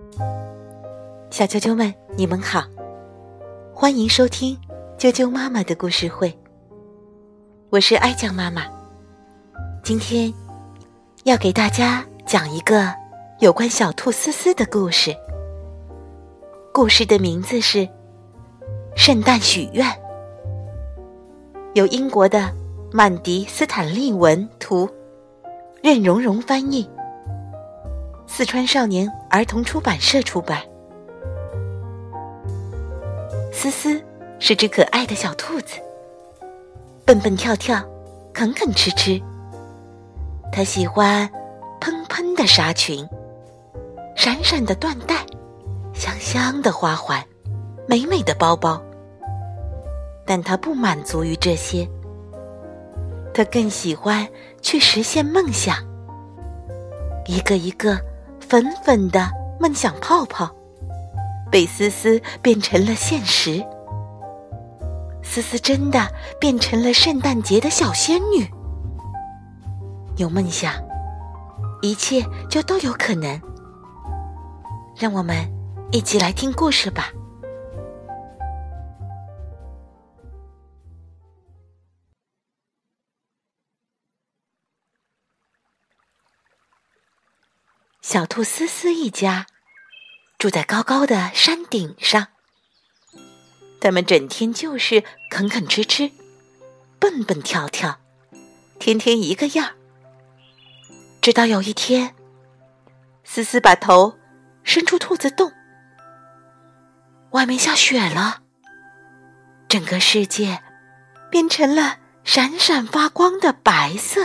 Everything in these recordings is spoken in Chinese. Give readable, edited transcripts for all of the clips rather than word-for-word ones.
小啾啾们，你们好，欢迎收听啾啾妈妈的故事会。我是哀酱妈妈，今天要给大家讲一个有关小兔思思的故事。故事的名字是《圣诞许愿》，由英国的曼迪·斯坦利文图，任蓉蓉翻译，四川少年儿童出版社出版。思思是只可爱的小兔子，蹦蹦跳跳，啃啃吃吃。它喜欢蓬蓬的纱裙，闪闪的缎带，香香的花环，美美的包包。但它不满足于这些，它更喜欢去实现梦想。一个一个粉粉的梦想泡泡被思思变成了现实。思思真的变成了圣诞节的小仙女。有梦想，一切就都有可能。让我们一起来听故事吧。小兔思思一家住在高高的山顶上，他们整天就是啃啃吃吃，蹦蹦跳跳，天天一个样。直到有一天，思思把头伸出兔子洞，外面下雪了，整个世界变成了闪闪发光的白色。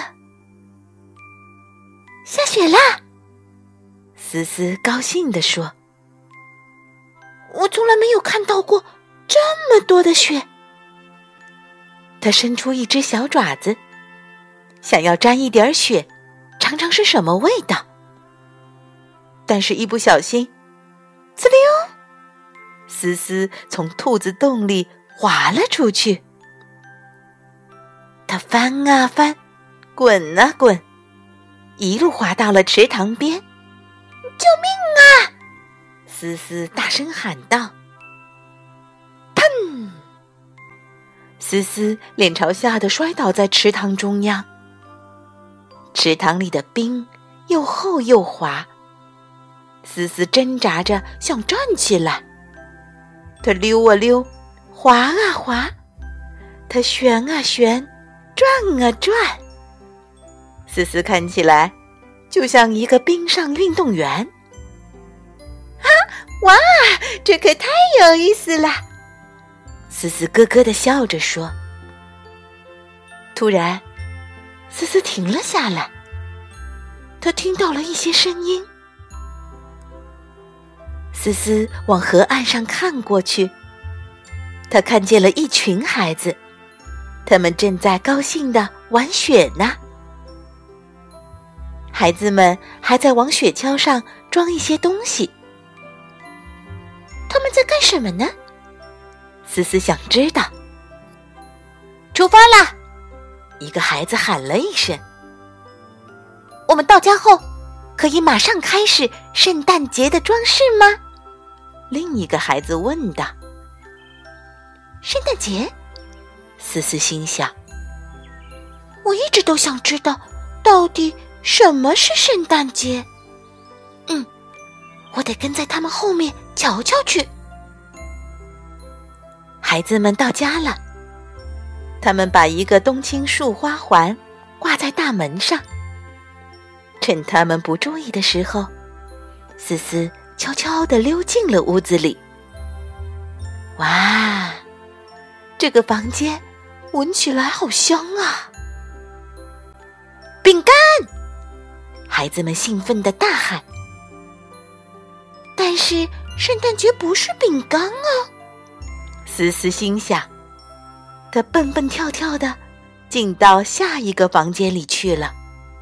下雪啦！思思高兴地说，我从来没有看到过这么多的雪。她伸出一只小爪子，想要沾一点雪，尝尝是什么味道。但是一不小心，呲溜，思思从兔子洞里滑了出去。她翻啊翻，滚啊滚，一路滑到了池塘边。救命啊！思思大声喊道。砰！思思脸朝下地摔倒在池塘中央。池塘里的冰又厚又滑，思思挣扎着想站起来。她溜啊溜，滑啊滑，她旋啊旋，转啊转。思思看起来就像一个冰上运动员。哇，这可太有意思了！思思咯咯地笑着说。突然，思思停了下来，她听到了一些声音。思思往河岸上看过去，她看见了一群孩子，他们正在高兴地玩雪呢。孩子们还在往雪橇上装一些东西。他们在干什么呢？思思想知道。出发啦！一个孩子喊了一声。我们到家后可以马上开始圣诞节的装饰吗？另一个孩子问道。圣诞节？思思心想，我一直都想知道到底什么是圣诞节。我得跟在他们后面瞧瞧去。孩子们到家了，他们把一个冬青树花环挂在大门上。趁他们不注意的时候，思思悄悄地溜进了屋子里。哇，这个房间闻起来好香啊！饼干！孩子们兴奋地大喊。但是圣诞节不是饼干啊！思思心想，她蹦蹦跳跳地进到下一个房间里去了。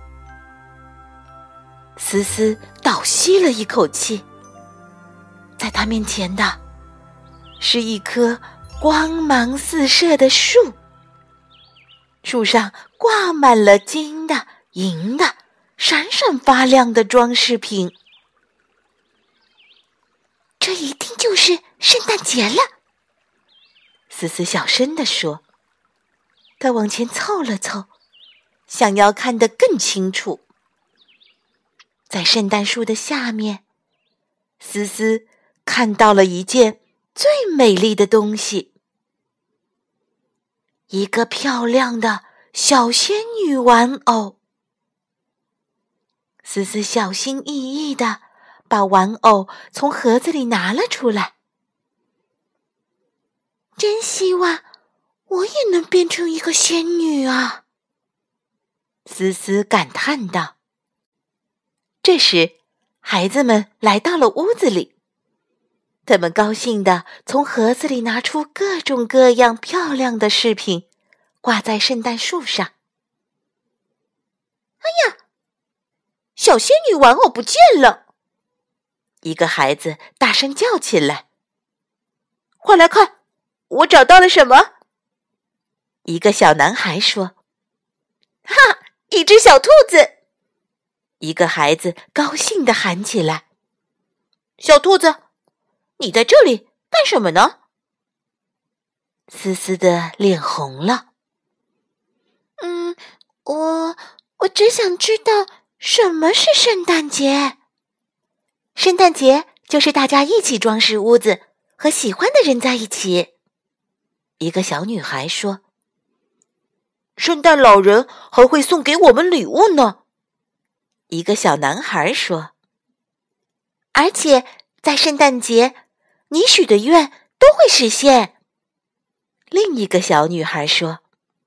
思思倒吸了一口气，在她面前的是一棵光芒四射的树，树上挂满了金的、银的、闪闪发亮的装饰品。 这一定就是圣诞节了。思思小声地说，她往前凑了凑，想要看得更清楚。在圣诞树的下面，思思看到了一件最美丽的东西，一个漂亮的小仙女玩偶。思思小心翼翼地把玩偶从盒子里拿了出来。真希望我也能变成一个仙女啊！思思感叹道。这时，孩子们来到了屋子里，他们高兴地从盒子里拿出各种各样漂亮的饰品，挂在圣诞树上。哎呀，小仙女玩偶不见了！一个孩子大声叫起来。快来看，我找到了什么？一个小男孩说。哈，一只小兔子！一个孩子高兴地喊起来。小兔子，你在这里干什么呢？思思的脸红了。我只想知道什么是圣诞节。圣诞节就是大家一起装饰屋子，和喜欢的人在一起。一个小女孩说。圣诞老人还会送给我们礼物呢。一个小男孩说。而且在圣诞节，你许的愿都会实现。另一个小女孩说。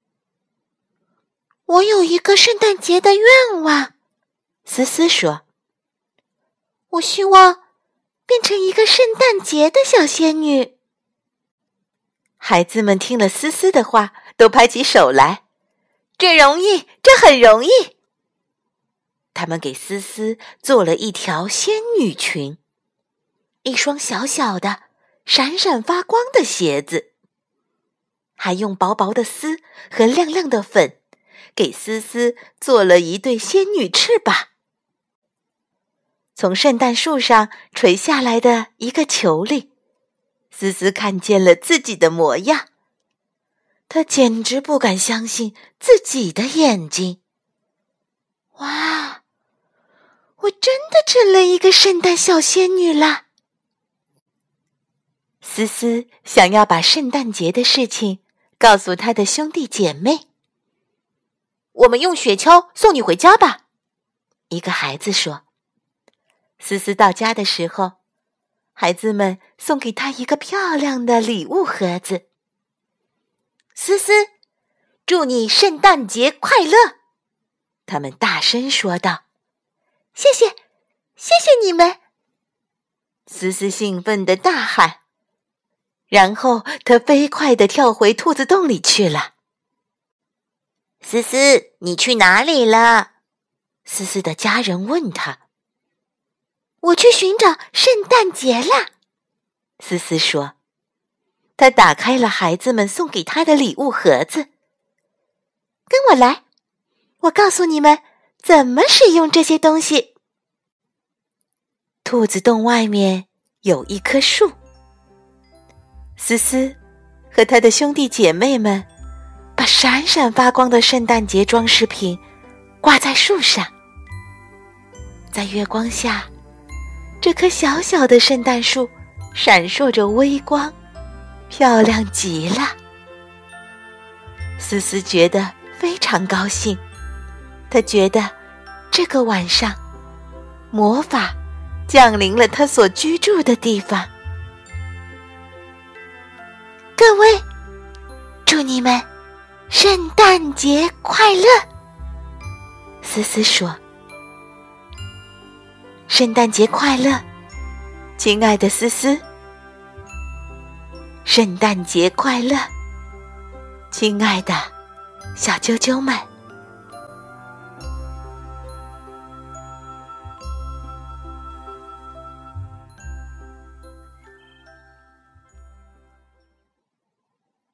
我有一个圣诞节的愿望，思思说。我希望变成一个圣诞节的小仙女。孩子们听了思思的话，都拍起手来。这容易，这很容易。他们给思思做了一条仙女裙，一双小小的、闪闪发光的鞋子，还用薄薄的丝和亮亮的粉给思思做了一对仙女翅膀。从圣诞树上垂下来的一个球里，思思看见了自己的模样。她简直不敢相信自己的眼睛。哇，我真的成了一个圣诞小仙女了！思思想要把圣诞节的事情告诉她的兄弟姐妹。我们用雪橇送你回家吧，一个孩子说。思思到家的时候，孩子们送给她一个漂亮的礼物盒子。思思，祝你圣诞节快乐！他们大声说道。谢谢，谢谢你们！思思兴奋地大喊，然后她飞快地跳回兔子洞里去了。思思，你去哪里了？思思的家人问她。我去寻找圣诞节啦，思思说。她打开了孩子们送给她的礼物盒子。跟我来，我告诉你们怎么使用这些东西。兔子洞外面有一棵树，思思和她的兄弟姐妹们把闪闪发光的圣诞节装饰品挂在树上。在月光下，这棵小小的圣诞树闪烁着微光，漂亮极了。思思觉得非常高兴，她觉得这个晚上魔法降临了她所居住的地方。各位，祝你们圣诞节快乐！思思说。圣诞节快乐，亲爱的思思。圣诞节快乐，亲爱的小啾啾们。